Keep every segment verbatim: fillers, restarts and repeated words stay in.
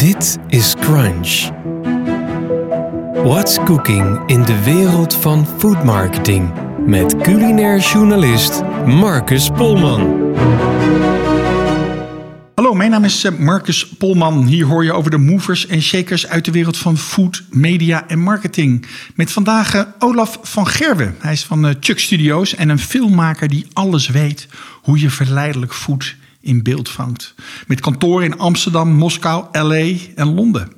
Dit is Crunch. What's cooking in de wereld van foodmarketing? Met culinair journalist Marcus Polman. Hallo, mijn naam is Marcus Polman. Hier hoor je over de movers en shakers uit de wereld van food, media en marketing. Met vandaag uh, Olaf van Gerwen. Hij is van uh, Chuck Studios en een filmmaker die alles weet hoe je verleidelijk food in beeld vangt. Met kantoren in Amsterdam, Moskou, L A en Londen.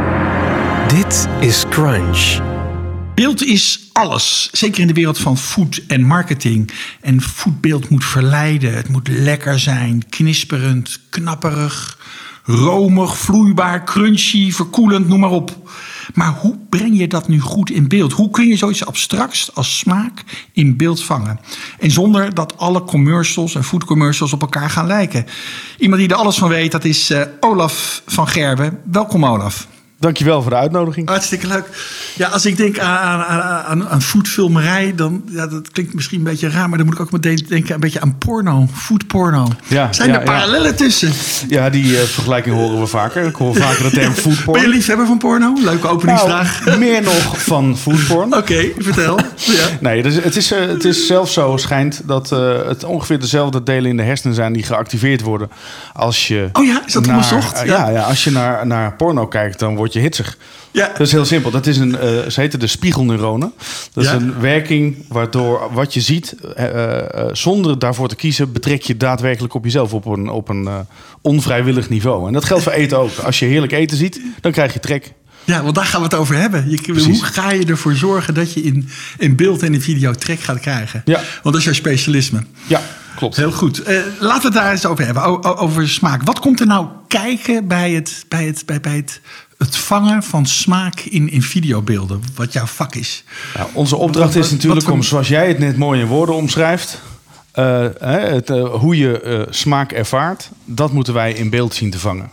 Dit is Crunch. Beeld is alles, zeker in de wereld van food en marketing. En foodbeeld moet verleiden, het moet lekker zijn, knisperend, knapperig, romig, vloeibaar, crunchy, verkoelend, noem maar op. Maar hoe breng je dat nu goed in beeld? Hoe kun je zoiets abstracts als smaak in beeld vangen? En zonder dat alle commercials en foodcommercials op elkaar gaan lijken. Iemand die er alles van weet, dat is uh, Olaf van Gerwen. Welkom, Olaf. Dankjewel voor de uitnodiging. Hartstikke leuk. Ja, als ik denk aan, aan, aan, aan foodfilmerij, dan ja, dat klinkt misschien een beetje raar, maar dan moet ik ook meteen denken een beetje aan porno, foodporno. Ja, Zijn ja, er parallellen ja. tussen? Ja, die uh, vergelijking horen we vaker. Ik hoor vaker de term foodporn. Ben je liefhebber van porno? Leuke openingsvraag. Nou, meer nog van foodporn. Oké, okay, vertel. Ja. Nee, dus het, is, uh, het is zelfs zo, schijnt, dat uh, het ongeveer dezelfde delen in de hersenen zijn die geactiveerd worden als je. Oh ja, is dat naar, onderzocht? Uh, ja. ja, ja, als je naar, naar porno kijkt, dan word je hitsig. Ja. Dat is heel simpel. Dat is een, uh, ze heten de spiegelneuronen. Dat ja. is een werking waardoor wat je ziet, uh, uh, zonder daarvoor te kiezen, betrek je daadwerkelijk op jezelf op een, op een uh, onvrijwillig niveau. En dat geldt voor eten ook. Als je heerlijk eten ziet, dan krijg je trek. Ja, want daar gaan we het over hebben. Je, hoe ga je ervoor zorgen dat je in, in beeld en in video trek gaat krijgen? Ja. Want dat is jouw specialisme. Ja, klopt. Heel goed. Uh, laten we het daar eens over hebben. O, over smaak. Wat komt er nou kijken bij het, bij het, bij, bij het, het vangen van smaak in, in videobeelden? Wat jouw vak is. Nou, onze opdracht wat, is natuurlijk wat, om, zoals jij het net mooi in woorden omschrijft, Uh, het, uh, hoe je uh, smaak ervaart, dat moeten wij in beeld zien te vangen.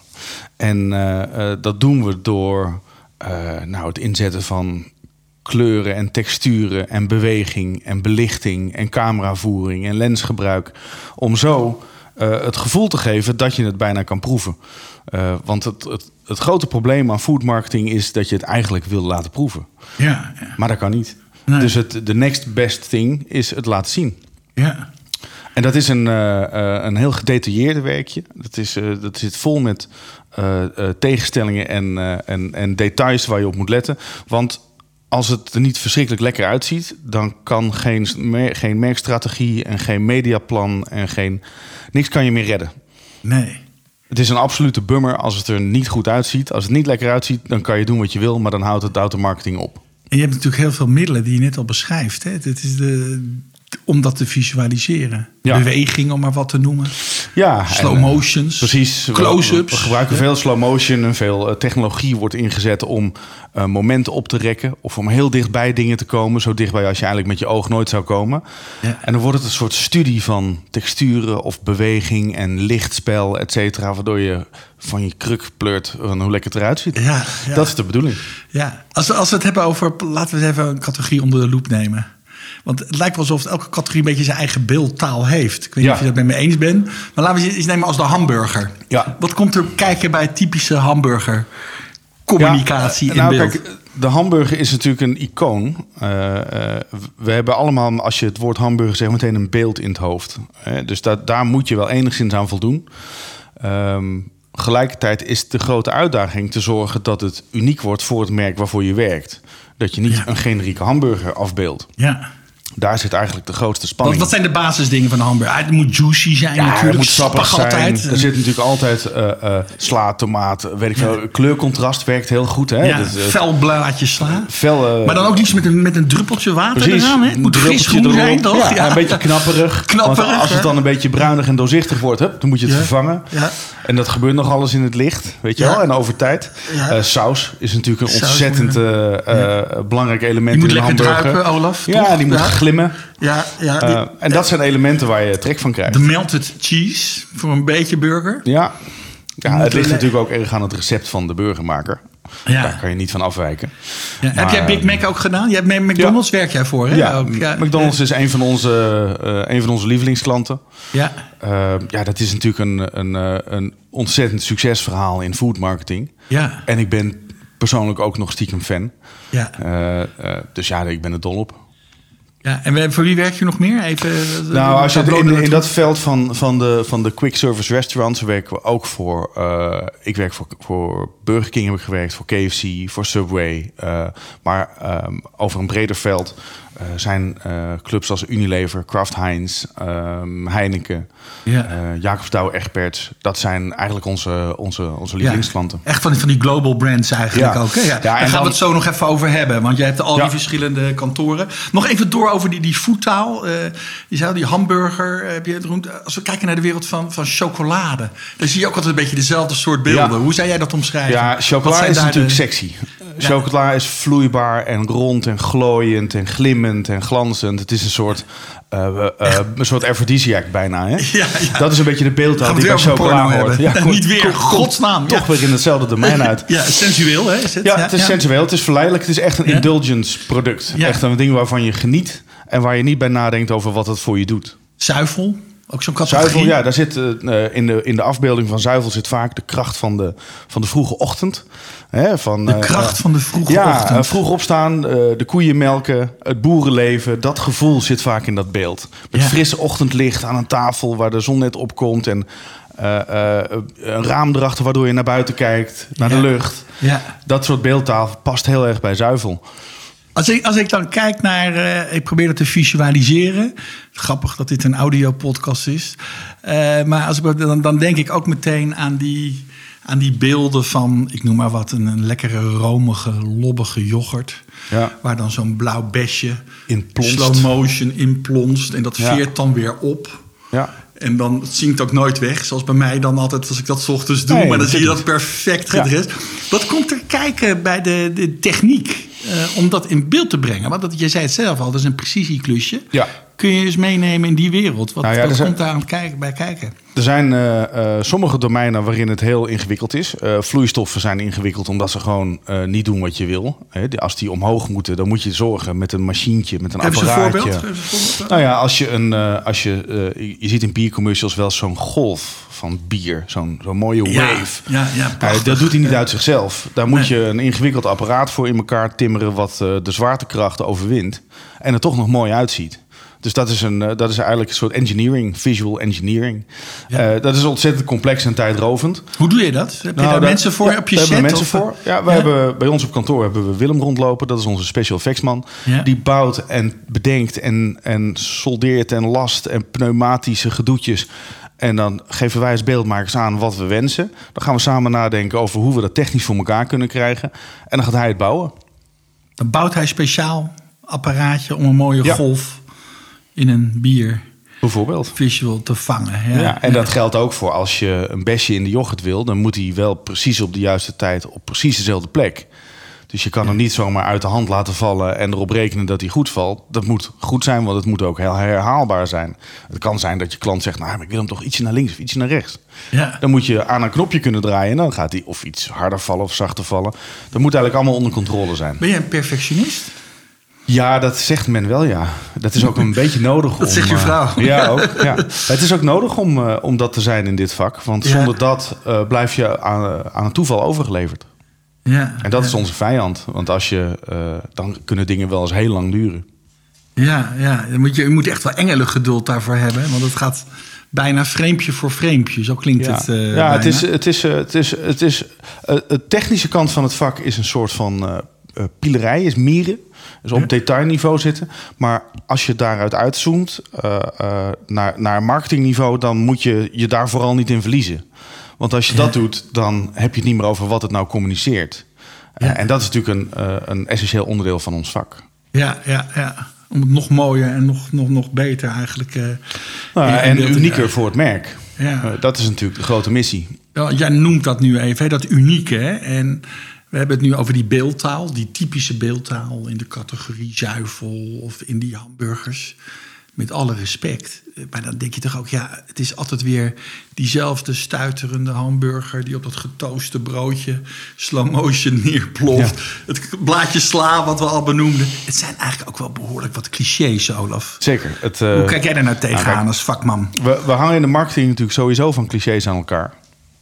En uh, uh, dat doen we door uh, nou, het inzetten van kleuren en texturen en beweging en belichting en cameravoering en lensgebruik. Om zo uh, het gevoel te geven dat je het bijna kan proeven. Uh, want het, het, het grote probleem aan foodmarketing is dat je het eigenlijk wil laten proeven. Ja, ja. Maar dat kan niet. Nee. Dus het, de next best thing is het laten zien. Ja. En dat is een, uh, uh, een heel gedetailleerde werkje. Dat, is, uh, dat zit vol met uh, uh, tegenstellingen en, uh, en, en details waar je op moet letten. Want als het er niet verschrikkelijk lekker uitziet, dan kan geen, mer- geen merkstrategie en geen mediaplan en geen, niks kan je meer redden. Nee. Het is een absolute bummer als het er niet goed uitziet. Als het niet lekker uitziet, dan kan je doen wat je wil, maar dan houdt het automarketing op. En je hebt natuurlijk heel veel middelen die je net al beschrijft. Hè? Het is de... om dat te visualiseren. Ja. Beweging, om maar wat te noemen. Ja, slow en, motions, precies, close-ups. We, we gebruiken ja. veel slow motion en veel uh, technologie wordt ingezet om uh, momenten op te rekken of om heel dichtbij dingen te komen, zo dichtbij als je eigenlijk met je oog nooit zou komen. Ja. En dan wordt het een soort studie van texturen of beweging en lichtspel, et cetera, waardoor je van je kruk pleurt van hoe lekker het eruit ziet. Ja, ja. Dat is de bedoeling. Ja, als we, als we het hebben over, laten we eens even een categorie onder de loep nemen. Want het lijkt wel alsof elke categorie een beetje zijn eigen beeldtaal heeft. Ik weet ja. niet of je dat met me eens bent. Maar laten we eens nemen als de hamburger. Ja. Wat komt er kijken bij typische hamburger communicatie ja, nou, in beeld? Kijk, de hamburger is natuurlijk een icoon. Uh, uh, we hebben allemaal, als je het woord hamburger zegt, meteen een beeld in het hoofd. Uh, dus dat, daar moet je wel enigszins aan voldoen. Um, Tegelijkertijd is de grote uitdaging te zorgen dat het uniek wordt voor het merk waarvoor je werkt. Dat je niet ja. een generieke hamburger afbeeldt. Ja. Daar zit eigenlijk de grootste spanning. Wat, wat zijn de basisdingen van een hamburger? Het moet juicy zijn ja, natuurlijk. Het moet sappig zijn. Altijd. Er zit natuurlijk altijd uh, uh, sla, tomaat, weet ik veel. Ja. Kleurcontrast werkt heel goed. Hè? Ja, dus, uh, fel blaadjes sla. Fel, uh, maar dan ook liefst met een, met een druppeltje water precies, eraan. Hè? Het moet fris groen zijn, toch? Ja, ja. Een beetje knapperig. knapperig want als het dan een beetje bruinig en doorzichtig wordt, hup, dan moet je het ja. vervangen. Ja. En dat gebeurt nog alles in het licht, weet je ja. wel, en over tijd. Ja. Uh, saus is natuurlijk een saus, ontzettend uh, ja. uh, belangrijk element in de hamburger. Die moet lekker druipen, Olaf. Ja, toch? die moet ja. glimmen. Ja, ja, die, uh, en dat zijn elementen waar je trek van krijgt. De melted cheese voor een beetje burger. Ja. Ja, het ligt natuurlijk ook erg aan het recept van de burgermaker. Ja. Daar kan je niet van afwijken. Ja, heb jij Big Mac ook gedaan? Je hebt McDonald's ja. werk jij voor, hè? Ja, ook, ja. McDonald's is een van onze, uh, een van onze lievelingsklanten. Ja. Uh, ja, dat is natuurlijk een, een, een ontzettend succesverhaal in foodmarketing. Ja. En ik ben persoonlijk ook nog stiekem fan. Ja. Uh, uh, dus ja, ik ben er dol op. Ja, en voor wie werk je nog meer? Even, nou, als je in, in dat veld van, van, de, van de quick service restaurants werken we ook voor. Uh, ik werk voor, voor Burger King, heb ik gewerkt, voor K F C, voor Subway. Uh, maar um, over een breder veld uh, zijn uh, clubs als Unilever, Kraft Heinz, um, Heineken, ja. uh, Jacobs Douwe Egberts. Dat zijn eigenlijk onze, onze, onze lievelingsklanten. Ja, echt van die, van die global brands eigenlijk ja. ook. Hè? Ja. Ja, Daar gaan dan, we het zo nog even over hebben. Want jij hebt al ja. die verschillende kantoren. Nog even door over die, die foodtaal. Uh, je zei die hamburger. Uh, heb je het, als we kijken naar de wereld van, van chocolade. Dan zie je ook altijd een beetje dezelfde soort beelden. Ja. Hoe zou jij dat omschrijven? Ja, chocola is natuurlijk de... sexy. Ja. Chocola is vloeibaar en rond en glooiend en glimmend en glanzend. Het is een soort, uh, uh, een soort aphrodisiac bijna. Hè? Ja, ja. Dat is een beetje de beeldtaal die bij chocola hoort. Ja, en niet weer, godsnaam. Toch ja. weer in hetzelfde domein uit. Ja, sensueel hè? Is het? Ja, het is ja. sensueel. Het is verleidelijk. Het is echt een ja. indulgence product. Ja. Echt een ding waarvan je geniet en waar je niet bij nadenkt over wat het voor je doet. Zuivel? Ook zo'n categorie? Zuivel, ja, daar zit uh, in, de, in de afbeelding van zuivel zit vaak de kracht van de, van de vroege ochtend. Hè, van, de kracht uh, van de vroege ja, ochtend. Ja, uh, vroeg opstaan, uh, de koeien melken, het boerenleven. Dat gevoel zit vaak in dat beeld. Met ja. frisse ochtendlicht aan een tafel waar de zon net opkomt. En uh, uh, een raam erachter waardoor je naar buiten kijkt, naar ja. de lucht. Ja. Dat soort beeldtaal past heel erg bij zuivel. Als ik, als ik dan kijk naar... Uh, ik probeer dat te visualiseren. Grappig dat dit een audiopodcast is. Uh, maar als ik, dan, dan denk ik ook meteen aan die, aan die beelden van... ik noem maar wat, een, een lekkere, romige, lobbige yoghurt. Ja. Waar dan zo'n blauw besje in slow motion in plonst. En dat veert ja. dan weer op. Ja. En dan zinkt ook nooit weg. Zoals bij mij dan altijd als ik dat 's ochtends doe. Nee, maar dan zie je dat perfect gedrest. Ja. Wat komt er kijken bij de, de techniek... Uh, om dat in beeld te brengen? Want dat, je zei het zelf al, dat is een precisieklusje. Ja. Kun je eens meenemen in die wereld? Wat, nou ja, wat komt daar aan kijken, bij kijken? Er zijn uh, uh, sommige domeinen waarin het heel ingewikkeld is. Uh, vloeistoffen zijn ingewikkeld omdat ze gewoon uh, niet doen wat je wil. He, als die omhoog moeten, dan moet je zorgen met een machientje, met een Heb apparaatje. Even een voorbeeld? Even een voorbeeld? Nou ja, als je een, uh, als je, uh, je ziet in biercommercials wel zo'n golf van bier, zo'n, zo'n mooie wave. Ja, ja, ja, uh, dat doet hij niet uit zichzelf. Daar moet nee. je een ingewikkeld apparaat voor in elkaar timmeren wat uh, de zwaartekrachten overwint en er toch nog mooi uitziet. Dus dat is, een, dat is eigenlijk een soort engineering, visual engineering. Ja. Uh, dat is ontzettend complex en tijdrovend. Hoe doe je dat? Heb je nou, daar dat, mensen voor ja, op je daar set? Hebben we mensen of? voor. Ja, we ja. hebben bij ons op kantoor hebben we Willem rondlopen. Dat is onze special effects man. Ja. Die bouwt en bedenkt en, en soldeert en last en pneumatische gedoetjes. En dan geven wij als beeldmakers aan wat we wensen. Dan gaan we samen nadenken over hoe we dat technisch voor elkaar kunnen krijgen. En dan gaat hij het bouwen. Dan bouwt hij speciaal apparaatje om een mooie ja. golf in een bier bijvoorbeeld visual te vangen. Ja, ja en ja. dat geldt ook voor als je een besje in de yoghurt wil, dan moet hij wel precies op de juiste tijd op precies dezelfde plek. Dus je kan ja. hem niet zomaar uit de hand laten vallen en erop rekenen dat hij goed valt. Dat moet goed zijn, want het moet ook heel herhaalbaar zijn. Het kan zijn dat je klant zegt, nou, maar ik wil hem toch ietsje naar links of ietsje naar rechts. Ja. Dan moet je aan een knopje kunnen draaien en dan gaat hij of iets harder vallen of zachter vallen. Dat moet eigenlijk allemaal onder controle zijn. Ben je een perfectionist? Ja, dat zegt men wel, ja. Dat is ook een beetje nodig om... Dat zegt je vrouw. Uh, ja, ook. Ja. Het is ook nodig om, uh, om dat te zijn in dit vak. Want ja. zonder dat uh, blijf je aan, uh, aan een toeval overgeleverd. Ja, en dat ja. is onze vijand. Want als je, uh, dan kunnen dingen wel eens heel lang duren. Ja, ja. Dan moet je, je moet echt wel engelengeduld daarvoor hebben. Want het gaat bijna framepje voor framepje. Zo klinkt ja. het uh, Ja, het is, het is, uh, het is, het is uh, de technische kant van het vak is een soort van uh, uh, pielerij, is mieren. Dus op detailniveau zitten. Maar als je daaruit uitzoomt uh, uh, naar, naar marketingniveau, dan moet je je daar vooral niet in verliezen. Want als je ja. dat doet, dan heb je het niet meer over wat het nou communiceert. Ja. Uh, en dat is natuurlijk een, uh, een essentieel onderdeel van ons vak. Ja, ja, ja. Om het nog mooier en nog, nog, nog beter eigenlijk... Uh, nou, en en unieker uh, voor het merk. Ja. Uh, dat is natuurlijk de grote missie. Ja, jij noemt dat nu even, hè, dat unieke. Hè? En we hebben het nu over die beeldtaal, die typische beeldtaal in de categorie zuivel of in die hamburgers. met alle respect. Maar dan denk je toch ook, ja, het is altijd weer diezelfde stuiterende hamburger die op dat getooste broodje slow motion neerploft. Ja. Het blaadje sla wat we al benoemden. Het zijn eigenlijk ook wel behoorlijk wat clichés, Olaf. Zeker. Het, uh, Hoe kijk jij daar nou tegenaan nou, kijk, als vakman? We, we hangen in de marketing natuurlijk sowieso van clichés aan elkaar.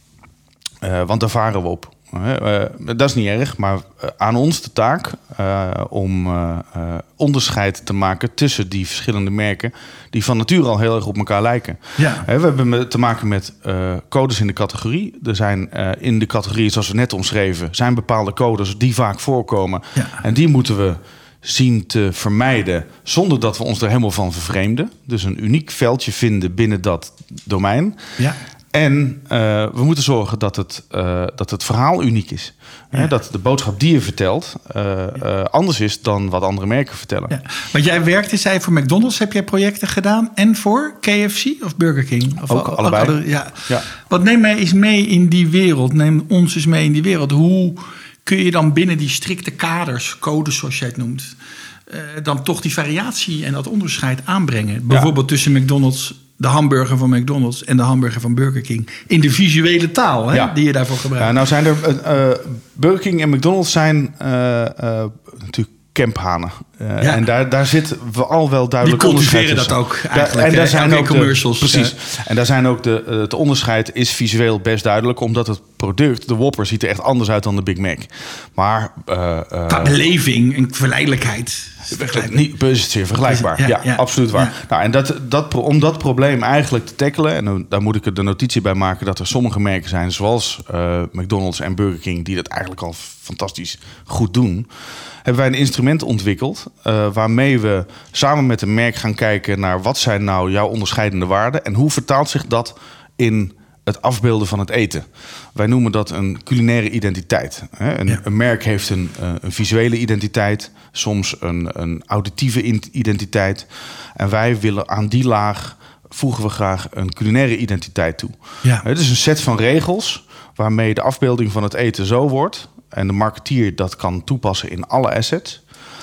Uh, want daar varen we op. Uh, dat is niet erg, maar uh, aan ons de taak uh, om uh, uh, onderscheid te maken tussen die verschillende merken die van nature al heel erg op elkaar lijken. Ja. Uh, we hebben te maken met uh, codes in de categorie. Er zijn uh, in de categorie, zoals we net omschreven, zijn bepaalde codes die vaak voorkomen. Ja. En die moeten we zien te vermijden zonder dat we ons er helemaal van vervreemden. Dus een uniek veldje vinden binnen dat domein. Ja. En uh, we moeten zorgen dat het, uh, dat het verhaal uniek is. Ja. He, dat de boodschap die je vertelt uh, uh, anders is dan wat andere merken vertellen. Ja. Want jij werkte, zei voor McDonald's, heb jij projecten gedaan? En voor K F C of Burger King? Of ook al, allebei. Al, ja. Ja. Wat neem mij eens mee in die wereld. Neem ons eens mee in die wereld. Hoe kun je dan binnen die strikte kaders, codes zoals jij het noemt, uh, dan toch die variatie en dat onderscheid aanbrengen? Bijvoorbeeld ja. tussen McDonald's, de hamburger van McDonald's en de hamburger van Burger King. In de visuele taal hè, ja. die je daarvoor gebruikt. Ja, nou zijn er uh, Burger King en McDonald's zijn uh, uh, natuurlijk camphanen. Uh, ja. En daar, daar zit al wel duidelijk onderscheid tussen. Die cultiveren dat ook eigenlijk. Da- en daar zijn ook commercials. De, precies. Ja. En daar zijn ook de, uh, het onderscheid is visueel best duidelijk, omdat het product, de Whopper, ziet er echt anders uit dan de Big Mac. Maar uh, uh, qua beleving en verleidelijkheid. Niet is zeer vergelijkbaar. Ja, ja, ja absoluut waar. Ja. Nou, en dat, dat, om dat probleem eigenlijk te tackelen, en daar moet ik er de notitie bij maken dat er sommige merken zijn, zoals uh, McDonald's en Burger King, die dat eigenlijk al fantastisch goed doen, hebben wij een instrument ontwikkeld uh, waarmee we samen met een merk gaan kijken naar wat zijn nou jouw onderscheidende waarden en hoe vertaalt zich dat in het afbeelden van het eten. Wij noemen dat een culinaire identiteit. Een, ja. een merk heeft een, een visuele identiteit, soms een, een auditieve identiteit. En wij willen aan die laag voegen we graag een culinaire identiteit toe. Ja. Het is een set van regels waarmee de afbeelding van het eten zo wordt en de marketeer dat kan toepassen in alle assets,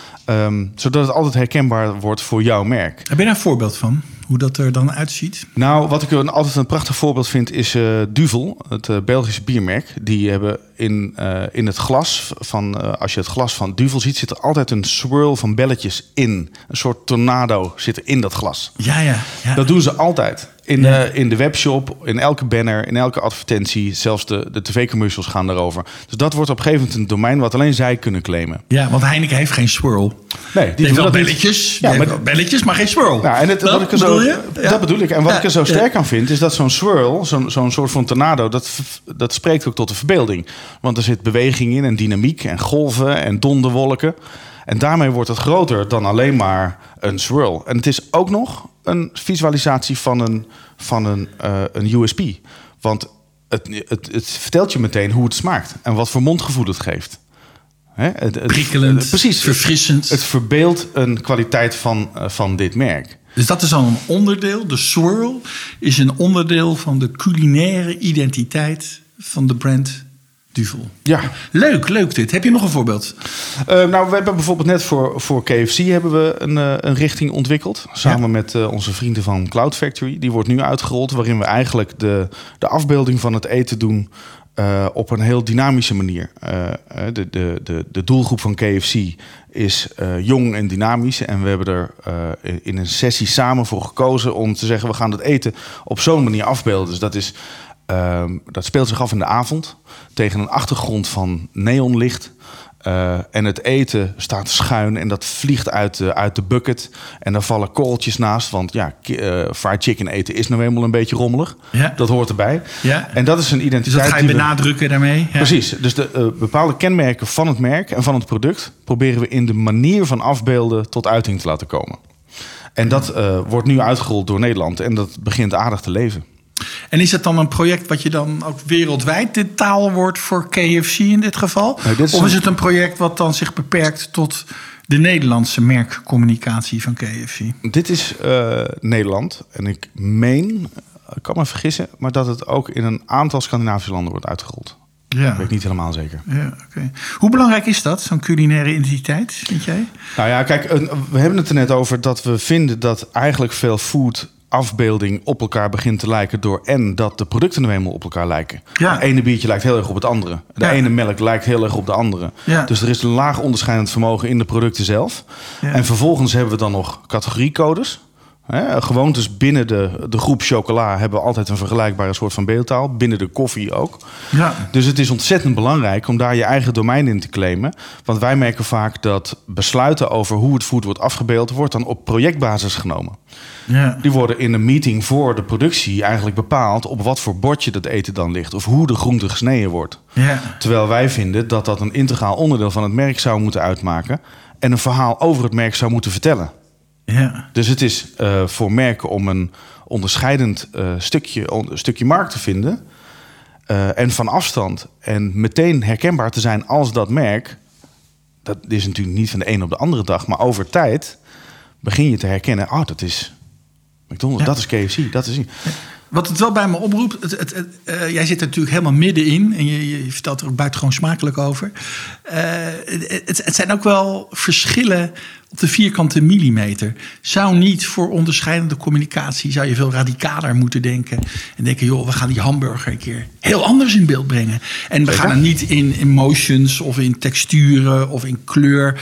um, zodat het altijd herkenbaar wordt voor jouw merk. Heb je daar een voorbeeld van? Hoe dat er dan uitziet? Nou, wat ik een, altijd een prachtig voorbeeld vind is uh, Duvel, het uh, Belgische biermerk. Die hebben in, uh, in het glas van, uh, als je het glas van Duvel ziet, zit er altijd een swirl van belletjes in. Een soort tornado zit er in dat glas. Ja, ja. ja. Dat doen ze altijd. In, ja. uh, in de webshop, in elke banner, in elke advertentie. Zelfs de, de tv-commercials gaan daarover. Dus dat wordt op een gegeven moment een domein wat alleen zij kunnen claimen. Ja, want Heineken heeft geen swirl. Nee, die heeft wel belletjes. Ja, maar, wel belletjes, maar geen swirl. Nou, en het, dat, wat ik er zo, ja. dat bedoel ik. En wat ja, ik er zo sterk ja. aan vind, is dat zo'n swirl, zo'n, zo'n soort van tornado, dat, dat spreekt ook tot de verbeelding. Want er zit beweging in en dynamiek en golven en donderwolken. En daarmee wordt het groter dan alleen maar een swirl. En het is ook nog een visualisatie van een, van een, uh, een U S P. Want het, het, het vertelt je meteen hoe het smaakt en wat voor mondgevoel het geeft. Hè? Het, het, Prikkelend, het, precies, verfrissend. Het, het verbeeldt een kwaliteit van, uh, van dit merk. Dus dat is al een onderdeel. De swirl is een onderdeel van de culinaire identiteit van de brand Duvel. Ja. Leuk, leuk dit. Heb je nog een voorbeeld? Uh, nou, we hebben bijvoorbeeld net voor, voor K F C hebben we een, uh, een richting ontwikkeld. Samen ja. met uh, onze vrienden van Cloud Factory. Die wordt nu uitgerold, waarin we eigenlijk de, de afbeelding van het eten doen uh, op een heel dynamische manier. Uh, de, de, de, de doelgroep van K F C is uh, jong en dynamisch. En we hebben er uh, in een sessie samen voor gekozen om te zeggen, we gaan het eten op zo'n manier afbeelden. Dus dat is... Uh, dat speelt zich af in de avond tegen een achtergrond van neonlicht. Uh, en het eten staat schuin en dat vliegt uit de, uit de bucket. En daar vallen korreltjes naast. Want ja, uh, fried chicken eten is nou eenmaal een beetje rommelig. Ja. Dat hoort erbij. Ja. En dat is een identiteit. Dus dat ga je die benadrukken we... daarmee? Ja. Precies. Dus de uh, bepaalde kenmerken van het merk en van het product proberen we in de manier van afbeelden tot uiting te laten komen. En dat uh, wordt nu uitgerold door Nederland en dat begint aardig te leven. En is het dan een project wat je dan ook wereldwijd de taal wordt voor K F C in dit geval? Nee, dit is of is het een project wat dan zich beperkt tot de Nederlandse merkcommunicatie van K F C? Dit is uh, Nederland. En ik meen, ik kan me vergissen, maar dat het ook in een aantal Scandinavische landen wordt uitgerold. Ja. Dat weet ik niet helemaal zeker. Ja, okay. Hoe belangrijk is dat, zo'n culinaire identiteit, vind jij? Nou ja, kijk, we hebben het er net over dat we vinden dat eigenlijk veel food afbeelding op elkaar begint te lijken door en dat de producten nu eenmaal op elkaar lijken. Ja. Het ene biertje lijkt heel erg op het andere. De Ja. ene melk lijkt heel erg op de andere. Ja. Dus er is een laag onderscheidend vermogen in de producten zelf. Ja. En vervolgens hebben we dan nog categoriecodes. Hè, gewoontes binnen de, de groep chocola hebben altijd een vergelijkbare soort van beeldtaal. Binnen de koffie ook. Ja. Dus het is ontzettend belangrijk om daar je eigen domein in te claimen. Want wij merken vaak dat besluiten over hoe het food wordt afgebeeld, wordt dan op projectbasis genomen. Ja. Die worden in een meeting voor de productie eigenlijk bepaald op wat voor bordje dat eten dan ligt. Of hoe de groente gesneden wordt. Ja. Terwijl wij vinden dat dat een integraal onderdeel van het merk zou moeten uitmaken. En een verhaal over het merk zou moeten vertellen. Ja. Dus het is uh, voor merken om een onderscheidend uh, stukje, on, stukje markt te vinden. Uh, en van afstand en meteen herkenbaar te zijn als dat merk. Dat is natuurlijk niet van de een op de andere dag. Maar over tijd begin je te herkennen. Oh, dat is McDonald's, ja. Dat is K F C, dat is... Wat het wel bij me oproept, het, het, het, uh, jij zit er natuurlijk helemaal middenin en je, je vertelt er ook buitengewoon smakelijk over. Uh, het, het, het zijn ook wel verschillen op de vierkante millimeter. Zou niet voor onderscheidende communicatie, zou je veel radicaler moeten denken. En denken, joh, we gaan die hamburger een keer heel anders in beeld brengen. En we gaan het niet in emotions of in texturen of in kleur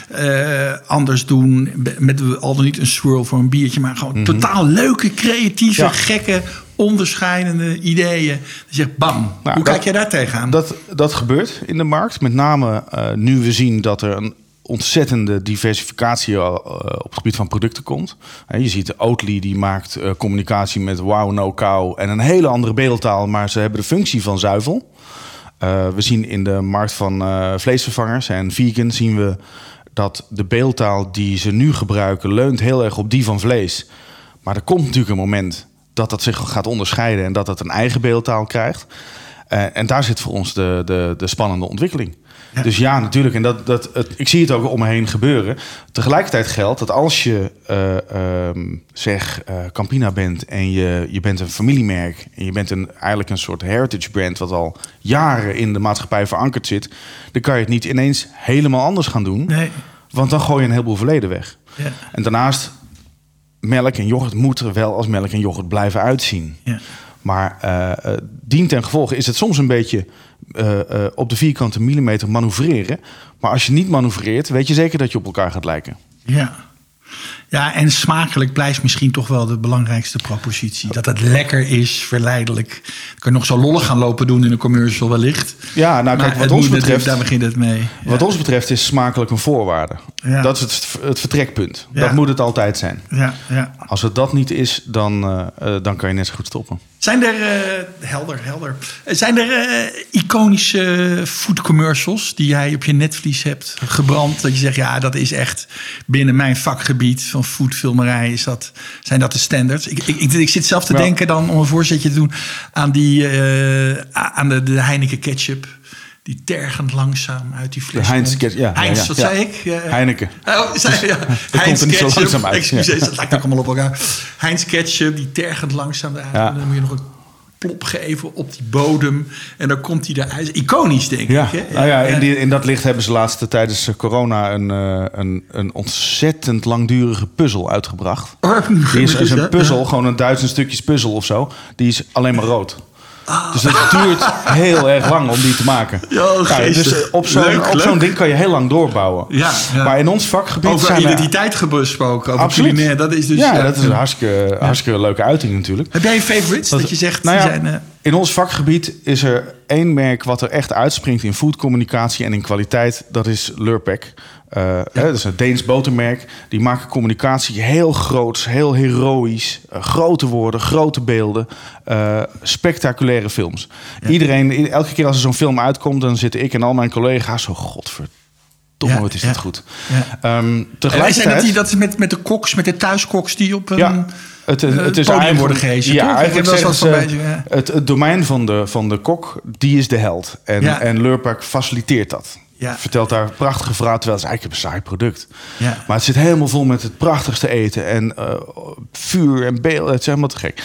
uh, anders doen. Met al dan niet een swirl voor een biertje, maar gewoon mm-hmm. totaal leuke, creatieve, ja. gekke, onderscheidende ideeën. Je zegt, bam, nou, hoe dat, kijk jij daar tegenaan? Dat, dat gebeurt in de markt. Met name uh, nu we zien dat er een ontzettende diversificatie uh, op het gebied van producten komt. Uh, je ziet Oatly, die maakt uh, communicatie met wow, no cow en een hele andere beeldtaal, maar ze hebben de functie van zuivel. Uh, we zien in de markt van uh, vleesvervangers en vegan zien we dat de beeldtaal die ze nu gebruiken leunt heel erg op die van vlees. Maar er komt natuurlijk een moment dat dat zich gaat onderscheiden en dat het een eigen beeldtaal krijgt. Uh, en daar zit voor ons de, de, de spannende ontwikkeling. Ja. Dus ja, natuurlijk. En dat, dat, het, ik zie het ook om me heen gebeuren. Tegelijkertijd geldt dat als je uh, um, zeg uh, Campina bent en je, je bent een familiemerk en je bent een, eigenlijk een soort heritage brand wat al jaren in de maatschappij verankerd zit, dan kan je het niet ineens helemaal anders gaan doen. Nee. Want dan gooi je een heleboel verleden weg. Ja. En daarnaast, melk en yoghurt moet er wel als melk en yoghurt blijven uitzien. Ja. Maar uh, uh, dien ten gevolge is het soms een beetje uh, uh, op de vierkante millimeter manoeuvreren. Maar als je niet manoeuvreert, weet je zeker dat je op elkaar gaat lijken. Ja, ja, en smakelijk blijft misschien toch wel de belangrijkste propositie. Dat het lekker is, verleidelijk. Dan kan je nog zo lollig gaan lopen doen in een commercial wellicht. Ja, nou kijk, wat ons betreft, daar begint het mee. Ja. Wat ons betreft is smakelijk een voorwaarde. Ja. Dat is het, het vertrekpunt. Ja. Dat moet het altijd zijn. Ja, ja. Als het dat niet is, dan, uh, uh, dan kan je net zo goed stoppen. Zijn er, uh, helder, helder. Zijn er uh, iconische food commercials die jij op je netvlies hebt gebrand? Dat je zegt, ja, dat is echt binnen mijn vakgebied van foodfilmerij. Is dat, zijn dat de standards? Ik, ik, ik, ik zit zelf te ja. denken dan, om een voorzetje te doen, aan, die, uh, aan de, de Heineken ketchup. Die tergend langzaam uit die fles. De Heinz ketchup, ja. Heinz, ja, ja, wat ja. zei ik? Uh, Heineken. Oh, zei, ja. Dus, Heinz ketchup. Zo langzaam uit. Excuseer, ja. dat lijkt ook allemaal op elkaar. Heinz ketchup, die tergend langzaam eruit. Ja. Dan moet je nog een plop geven op die bodem. En dan komt hij eruit. Iconisch, denk ja. ik. Hè? Nou ja, in, die, in dat licht hebben ze laatst tijdens corona een, uh, een, een ontzettend langdurige puzzel uitgebracht. Oh, die is, is een puzzel, ja. gewoon een duizend stukjes puzzel of zo. Die is alleen maar rood. Ah. Dus het duurt heel erg lang om die te maken. Jo, ja, dus op zo'n, leuk, op zo'n ding kan je heel lang doorbouwen. Ja, ja. Maar in ons vakgebied over zijn identiteit gesproken, over culinair. Dat is dus ja, ja, dat is een hartstikke, ja. hartstikke leuke uiting natuurlijk. Heb jij een favorites dat, dat je zegt? Nou ja, zijn, uh... in ons vakgebied is er één merk wat er echt uitspringt in foodcommunicatie en in kwaliteit. Dat is Lurpak. Uh, ja. hè, dat is een Deens botermerk. Die maken communicatie heel groots, heel heroïsch. Uh, grote woorden, grote beelden. Uh, spectaculaire films. Ja. Iedereen, elke keer als er zo'n film uitkomt, dan zitten ik en al mijn collega's zo, godverdomme, ja, wat is ja. dit goed. Ja. Um, tegelijkertijd... En dat, die, dat is met, met de koks, met de thuiskoks die op een... Ja. Het, het, het is podium worden gehezen. Ja, eigenlijk wel zeggen ze, beetje, ja. het, het domein van de, van de kok, die is de held. En, ja. en Lurpak faciliteert dat. Ja. Vertelt daar prachtige verhalen, terwijl het is eigenlijk een saai product. Ja. Maar het zit helemaal vol met het prachtigste eten. En uh, vuur en beeld, het is helemaal te gek.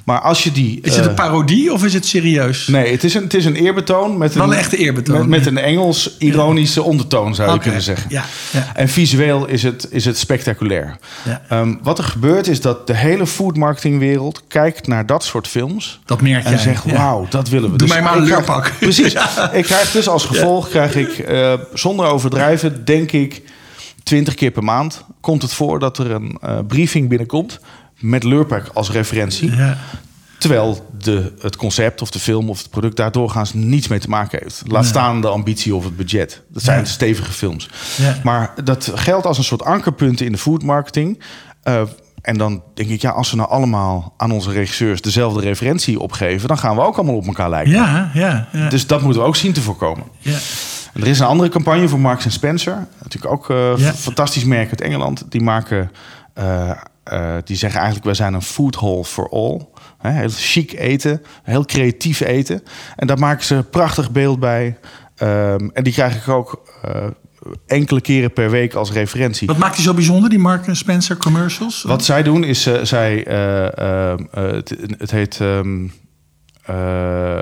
Maar als je die... Is het uh, een parodie of is het serieus? Nee, het is een, het is een eerbetoon. Met Wel een, een echte eerbetoon. Met, met een Engels-ironische ja. ondertoon, zou je okay. kunnen zeggen. Ja. Ja. En visueel is het, is het spectaculair. Ja. Um, wat er gebeurt is dat de hele foodmarketingwereld kijkt naar dat soort films. Dat merk jij. En zegt, wauw, ja. dat willen we. Doe dus mij maar een leurpak. Precies. Ja. Ik krijg dus als gevolg, krijg ik uh, zonder overdrijven, denk ik, twintig keer per maand komt het voor dat er een uh, briefing binnenkomt met Leurpak als referentie. Ja. Terwijl de, het concept of de film of het product daar doorgaans niets mee te maken heeft. Laat ja. staan de ambitie of het budget. Dat zijn ja. stevige films. Ja. Maar dat geldt als een soort ankerpunten in de foodmarketing. Uh, en dan denk ik, ja, als we nou allemaal aan onze regisseurs dezelfde referentie opgeven, dan gaan we ook allemaal op elkaar lijken. Ja, ja, ja. Dus dat moeten we ook zien te voorkomen. Ja. En er is een andere campagne voor Marks en Spencer. Natuurlijk ook een uh, ja. fantastisch merk uit Engeland. Die maken, uh, uh, die zeggen eigenlijk, wij zijn een food hall for all. He, heel chic eten, heel creatief eten. En daar maken ze een prachtig beeld bij. Um, en die krijg ik ook uh, enkele keren per week als referentie. Wat maakt die zo bijzonder, die Marks en Spencer commercials? Wat zij doen is, uh, zij, uh, uh, uh, het, het heet... Um, uh,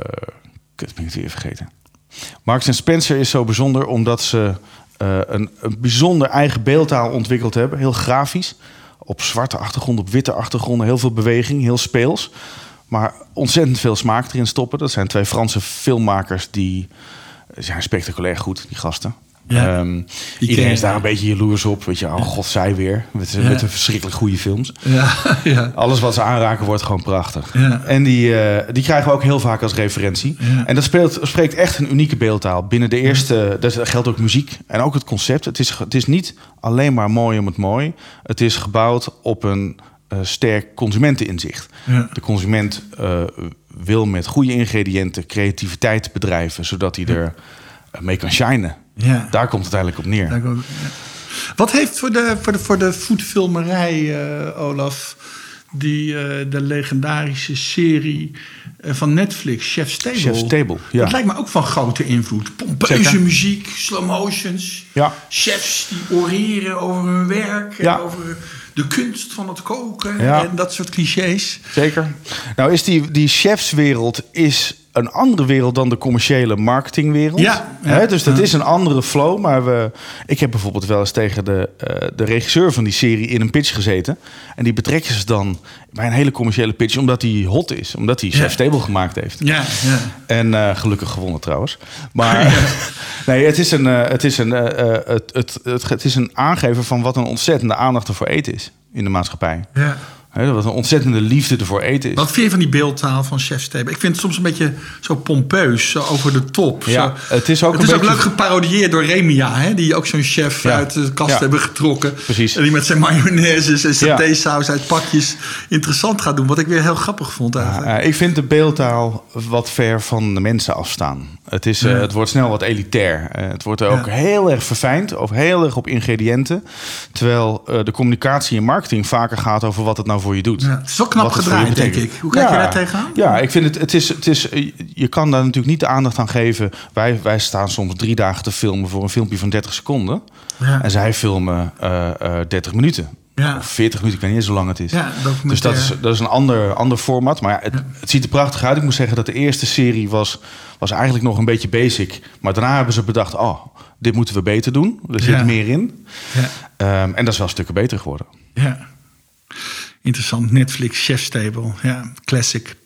kut, ben ik het weer vergeten. Marks en Spencer is zo bijzonder omdat ze uh, een, een bijzonder eigen beeldtaal ontwikkeld hebben. Heel grafisch. Op zwarte achtergrond, op witte achtergronden. Heel veel beweging, heel speels. Maar ontzettend veel smaak erin stoppen. Dat zijn twee Franse filmmakers die zijn spectaculair goed, die gasten. Ja. Um, iedereen is daar een beetje jaloers op. Weet je, oh god, zij weer. Met, ja. met een verschrikkelijk goede films. Ja. Ja. Alles wat ze aanraken wordt gewoon prachtig. Ja. En die, uh, die krijgen we ook heel vaak als referentie. Ja. En dat speelt, spreekt echt een unieke beeldtaal. Binnen de eerste, dat geldt ook muziek en ook het concept. Het is, het is niet alleen maar mooi om het mooi. Het is gebouwd op een uh, sterk consumenteninzicht. Ja. De consument uh, wil met goede ingrediënten creativiteit bedrijven, zodat hij er uh, mee kan shinen. Ja. Daar komt het eigenlijk op neer. Daar komt, ja. Wat heeft voor de, voor de, voor de foodfilmerij, uh, Olaf, die, uh, de legendarische serie uh, van Netflix, Chef's Table? Chef's Table, ja. Dat lijkt me ook van grote invloed. Pompeuze muziek, slow motions. Ja. Chefs die oreren over hun werk. Ja. En over de kunst van het koken. Ja. En dat soort clichés. Zeker. Nou is die, die chefswereld is een andere wereld dan de commerciële marketingwereld. Ja, ja, He, dus dat ja. is een andere flow. Maar we, ik heb bijvoorbeeld wel eens tegen de, uh, de regisseur van die serie in een pitch gezeten. En die betrekken ze dan bij een hele commerciële pitch, omdat hij hot is. Omdat hij Chef's Table gemaakt heeft. Ja, ja. En uh, gelukkig gewonnen trouwens. Maar ja. nee, het is, een, uh, het, is een, uh, het, het, het, het is een aangever van wat een ontzettende aandacht er voor eten is in de maatschappij. Ja. He, wat een ontzettende liefde ervoor eten is. Wat vind je van die beeldtaal van Chef's Table? Ik vind het soms een beetje zo pompeus, zo over de top. Ja, zo. Het is ook, het een is beetje... ook leuk geparodieerd door Remia, hè? Die ook zo'n chef ja. uit de kast ja. hebben getrokken. Precies. En die met zijn mayonaise en satésaus ja. uit pakjes interessant gaat doen. Wat ik weer heel grappig vond eigenlijk. Ja, ik vind de beeldtaal wat ver van de mensen afstaan. Het, is, ja. uh, het wordt snel wat elitair. Uh, het wordt ook ja. heel erg verfijnd, of heel erg op ingrediënten. Terwijl uh, de communicatie en marketing vaker gaat over wat het nou voor je doet. Ja, het is wel knap gedraaid, denk ik. Hoe kijk ja, je daar tegenaan? Ja, ik vind het, het is, het is, je kan daar natuurlijk niet de aandacht aan geven. Wij, wij staan soms drie dagen te filmen voor een filmpje van dertig seconden. Ja. En zij filmen uh, uh, dertig minuten. Ja. Of veertig minuten, ik weet niet eens hoe lang het is. Ja, dus dat is, dat is een ander, ander format. Maar ja, het, ja. het ziet er prachtig uit. Ik moet zeggen dat de eerste serie was, was eigenlijk nog een beetje basic. Maar daarna hebben ze bedacht, oh, dit moeten we beter doen. Er zit ja. meer in. Ja. Um, en dat is wel stukken beter geworden. Ja. Interessant. Netflix, Chef's Table. Ja, classic.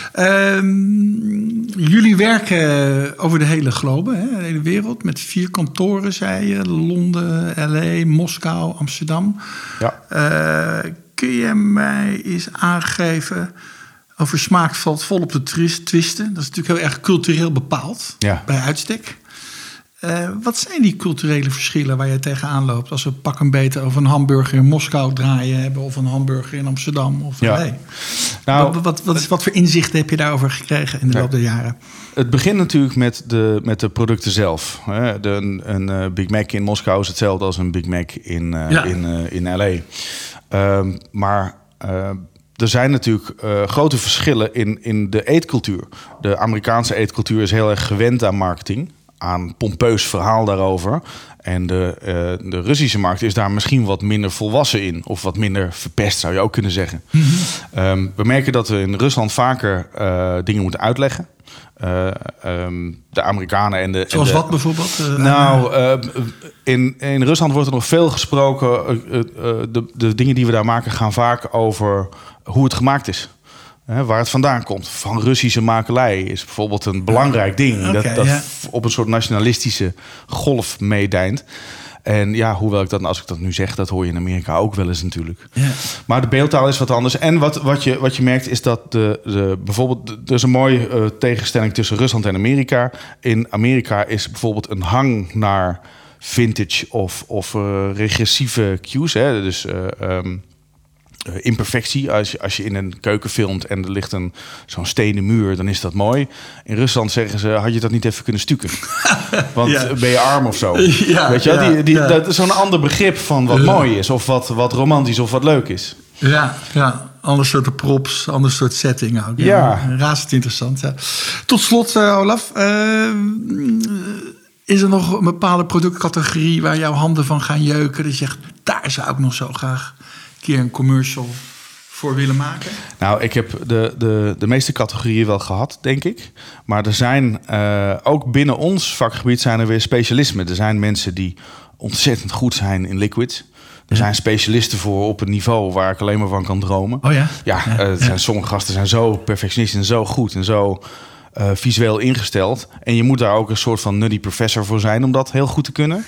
Um, jullie werken over de hele globe, hè, de hele wereld. Met vier kantoren, zei je. Londen, L A, Moskou, Amsterdam. Ja. Uh, kun je mij eens aangeven... Over smaak valt vol op de twisten. Dat is natuurlijk heel erg cultureel bepaald. Ja. Bij uitstek. Uh, wat zijn die culturele verschillen waar je tegenaan loopt... als we pak een beter over een hamburger in Moskou draaien hebben... of een hamburger in Amsterdam? Of ja. nee. nou, wat, wat, wat, is, wat voor inzichten heb je daarover gekregen in de ja. loop der jaren? Het begint natuurlijk met de, met de producten zelf. De, een een uh, Big Mac in Moskou is hetzelfde als een Big Mac in, uh, ja. in, uh, in L A. Um, maar... Uh, Er zijn natuurlijk uh, grote verschillen in, in de eetcultuur. De Amerikaanse eetcultuur is heel erg gewend aan marketing. aan pompeus verhaal daarover. En de, uh, de Russische markt is daar misschien wat minder volwassen in. Of wat minder verpest, zou je ook kunnen zeggen. Mm-hmm. Um, we merken dat we in Rusland vaker uh, dingen moeten uitleggen. Uh, um, de Amerikanen en de... Zoals en de, wat bijvoorbeeld? Uh, nou, uh, in, in Rusland wordt er nog veel gesproken. Uh, uh, de, de dingen die we daar maken gaan vaak over hoe het gemaakt is. Hè, waar het vandaan komt. Van Russische makelij is bijvoorbeeld een belangrijk ding. Okay, dat dat ja. op een soort nationalistische golf meedijnt. En ja, hoewel ik dat, als ik dat nu zeg, dat hoor je in Amerika ook wel eens natuurlijk. Ja. Maar de beeldtaal is wat anders. En wat, wat, je, wat je merkt is dat de, de, bijvoorbeeld, er is een mooie uh, tegenstelling tussen Rusland en Amerika. In Amerika is bijvoorbeeld een hang naar vintage of, of uh, regressieve cues. Hè? Dus uh, um, Uh, imperfectie. Als je, als je in een keuken filmt en er ligt een, zo'n stenen muur, dan is dat mooi. In Rusland zeggen ze, had je dat niet even kunnen stukken? Want ja. ben je arm of zo? Ja, weet je wel? Ja, die, die, ja. Dat is zo'n ander begrip van wat ja. mooi is. Of wat, wat romantisch of wat leuk is. Ja, ja. Ander soort props, ander soort setting ook. Ja. ja. Razend interessant. Ja. Tot slot, uh, Olaf. Uh, is er nog een bepaalde productcategorie waar jouw handen van gaan jeuken? Dat je zegt, daar zou ik nog zo graag keer een commercial voor willen maken? Nou, ik heb de, de, de meeste categorieën wel gehad, denk ik. Maar er zijn uh, ook binnen ons vakgebied zijn er weer specialismen. Er zijn mensen die ontzettend goed zijn in liquids. Er ja. zijn specialisten voor op een niveau waar ik alleen maar van kan dromen. Oh ja? Ja, ja. Uh, er zijn, ja. sommige gasten zijn zo perfectionistisch en zo goed en zo Uh, visueel ingesteld. En je moet daar ook een soort van nutty professor voor zijn om dat heel goed te kunnen.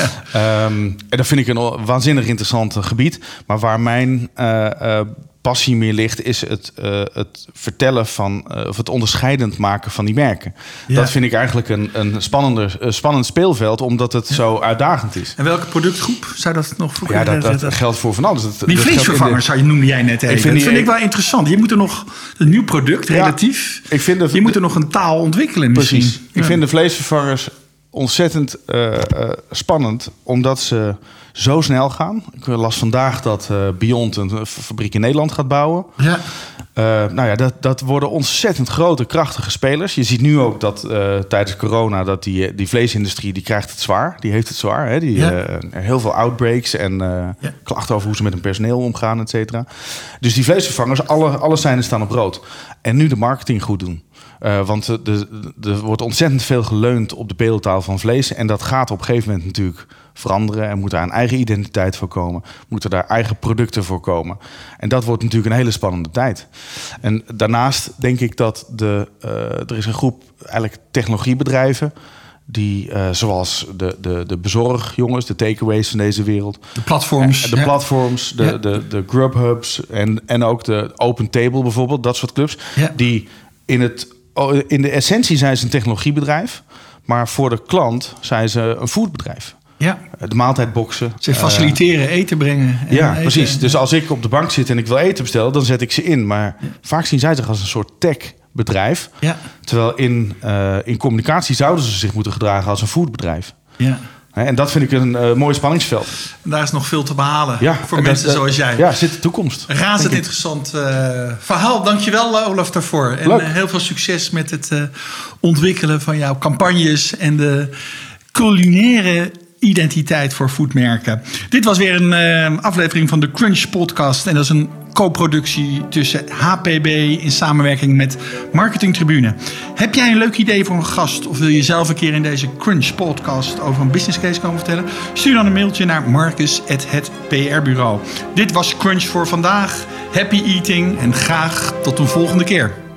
Ja. Um, en dat vind ik een waanzinnig interessant gebied. Maar waar mijn uh, uh, passie meer ligt, is het, uh, het vertellen van, uh, of het onderscheidend maken van die merken. Ja. Dat vind ik eigenlijk een, een spannender, uh, spannend speelveld, omdat het ja. zo uitdagend is. En welke productgroep zou dat nog voor? Ja, dat, dat, dat geldt voor van alles. Dat, die dat vleesvervangers, de... noemde jij net even. Ik vind dat vind ik wel interessant. Je moet er nog een nieuw product, relatief. Ja, ik vind de, je moet er nog een taal ontwikkelen misschien. Precies. Ja. Ik vind de vleesvervangers ontzettend uh, uh, spannend, omdat ze zo snel gaan. Ik las vandaag dat uh, Beyond een fabriek in Nederland gaat bouwen. Ja. Uh, nou ja, dat, dat worden ontzettend grote, krachtige spelers. Je ziet nu ook dat uh, tijdens corona dat die, die vleesindustrie, die krijgt het zwaar. Die heeft het zwaar. Hè? Die, ja. uh, heel veel outbreaks en uh, ja. klachten over hoe ze met hun personeel omgaan, et cetera. Dus die vleesvervangers, alle, alle seinen staan op rood. En nu de marketing goed doen. Uh, want er wordt ontzettend veel geleund op de beeldtaal van vlees. En dat gaat op een gegeven moment natuurlijk veranderen. En moet daar een eigen identiteit voor komen. Moeten daar eigen producten voor komen. En dat wordt natuurlijk een hele spannende tijd. En daarnaast denk ik dat de, uh, er is een groep eigenlijk technologiebedrijven die, uh, zoals de, de, de bezorgjongens, de takeaways van deze wereld. De platforms. De ja. platforms, de, ja. de, de Grubhubs en, en ook de Open Table bijvoorbeeld. Dat soort clubs. Ja. Die in het... In de essentie zijn ze een technologiebedrijf, maar voor de klant zijn ze een foodbedrijf. Ja. De maaltijdboxen. Ze faciliteren uh, eten brengen. En ja, eten. Precies. Dus als ik op de bank zit en ik wil eten bestellen, dan zet ik ze in. Maar ja. vaak zien zij zich als een soort techbedrijf. Ja. Terwijl in, uh, in communicatie zouden ze zich moeten gedragen als een foodbedrijf. Ja. En dat vind ik een uh, mooi spanningsveld. En daar is nog veel te behalen ja, voor mensen dat, zoals jij. Ja, zit de toekomst. Razend interessant uh, verhaal. Dankjewel, Olaf, daarvoor. En uh, heel veel succes met het uh, ontwikkelen van jouw campagnes en de culinaire identiteit voor foodmerken. Dit was weer een uh, aflevering van de Crunch Podcast. En dat is een co-productie tussen H P B in samenwerking met Marketing Tribune. Heb jij een leuk idee voor een gast of wil je zelf een keer in deze Crunch Podcast over een business case komen vertellen? Stuur dan een mailtje naar marcus at het p r bureau. Dit was Crunch voor vandaag. Happy eating en graag tot een volgende keer.